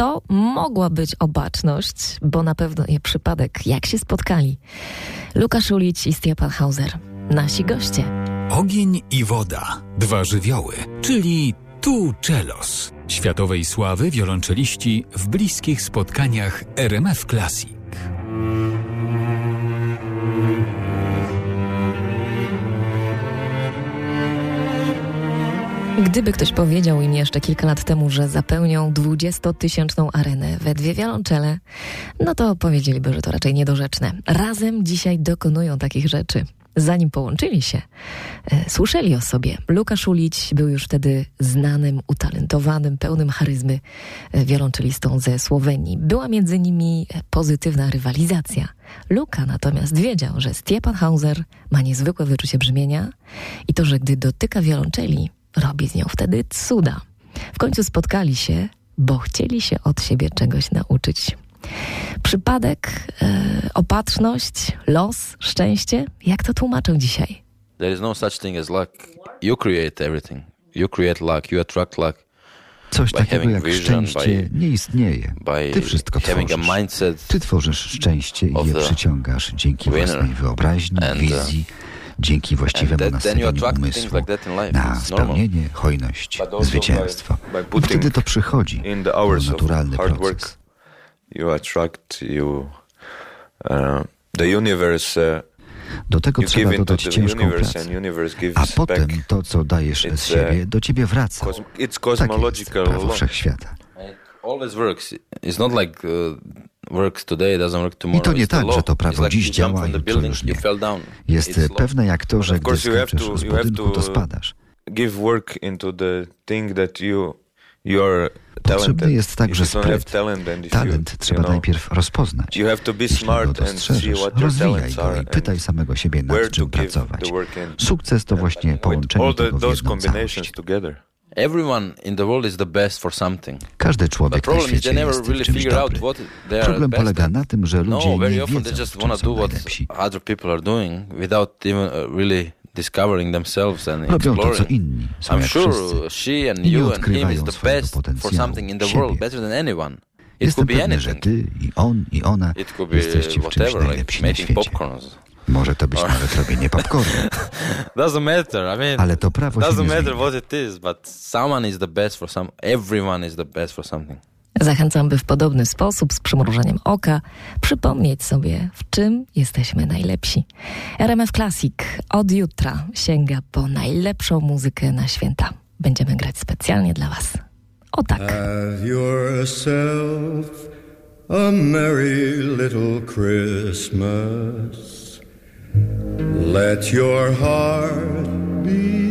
To mogła być obaczność, bo na pewno nie przypadek, jak się spotkali. Luka Szulić i Stjepan Hauser, nasi goście. Ogień i woda, dwa żywioły, czyli tu czelos. Światowej sławy wiolonczeliści w bliskich spotkaniach RMF Classic. Gdyby ktoś powiedział im jeszcze kilka lat temu, że zapełnią 20-tysięczną arenę we dwie wiolonczele, no to powiedzieliby, że to raczej niedorzeczne. Razem dzisiaj dokonują takich rzeczy. Zanim połączyli się, słyszeli o sobie. Luka Szulić był już wtedy znanym, utalentowanym, pełnym charyzmy wiolonczelistą ze Słowenii. Była między nimi pozytywna rywalizacja. Luka natomiast wiedział, że Stjepan Hauser ma niezwykłe wyczucie brzmienia i to, że gdy dotyka wiolonczeli, robi z nią wtedy cuda. W końcu spotkali się, bo chcieli się od siebie czegoś nauczyć. Przypadek, opatrzność, los, szczęście? Jak to tłumaczą dzisiaj? There is no such thing as luck. You create everything. You create luck, you attract luck. Coś takiego jak szczęście nie istnieje. Ty wszystko tworzysz. Ty tworzysz szczęście i je przyciągasz dzięki własnej wyobraźni, wizji, dzięki właściwemu nastawieniu umysłu na spełnienie, hojność, zwycięstwo. I wtedy to przychodzi. To naturalny proces. Do tego trzeba dodać ciężką pracę, a potem to, co dajesz z siebie, do ciebie wraca. Tak jest prawo wszechświata. I to nie tak, że to prawo dziś działa i jutro już nie. Jest pewne jak to, że gdy skaczesz z budynku, to spadasz. Potrzebny jest także spryt. Talent trzeba najpierw rozpoznać. Jeśli go dostrzeżesz, rozwijaj go i pytaj samego siebie, nad czym pracować. Sukces to właśnie połączenie tego w jedną całość. Każdy człowiek na świecie jest w czymś dobry. Problem polega na tym, że ludzie nie wiedzą, w czym są najlepsi. Robią to, co inni, są jak wszyscy i nie odkrywają swojego potencjału, siebie. Jestem pewny, że ty i on i ona jesteście w czymś najlepsi na świecie. Może to być nawet robienie popcornu. Ale to prawo się nie zmienia. Zachęcam, by w podobny sposób, z przymrużeniem oka, przypomnieć sobie, w czym jesteśmy najlepsi. RMF Classic od jutra sięga po najlepszą muzykę na święta. Będziemy grać specjalnie dla was. O tak. Have yourself a merry little Christmas. Let your heart be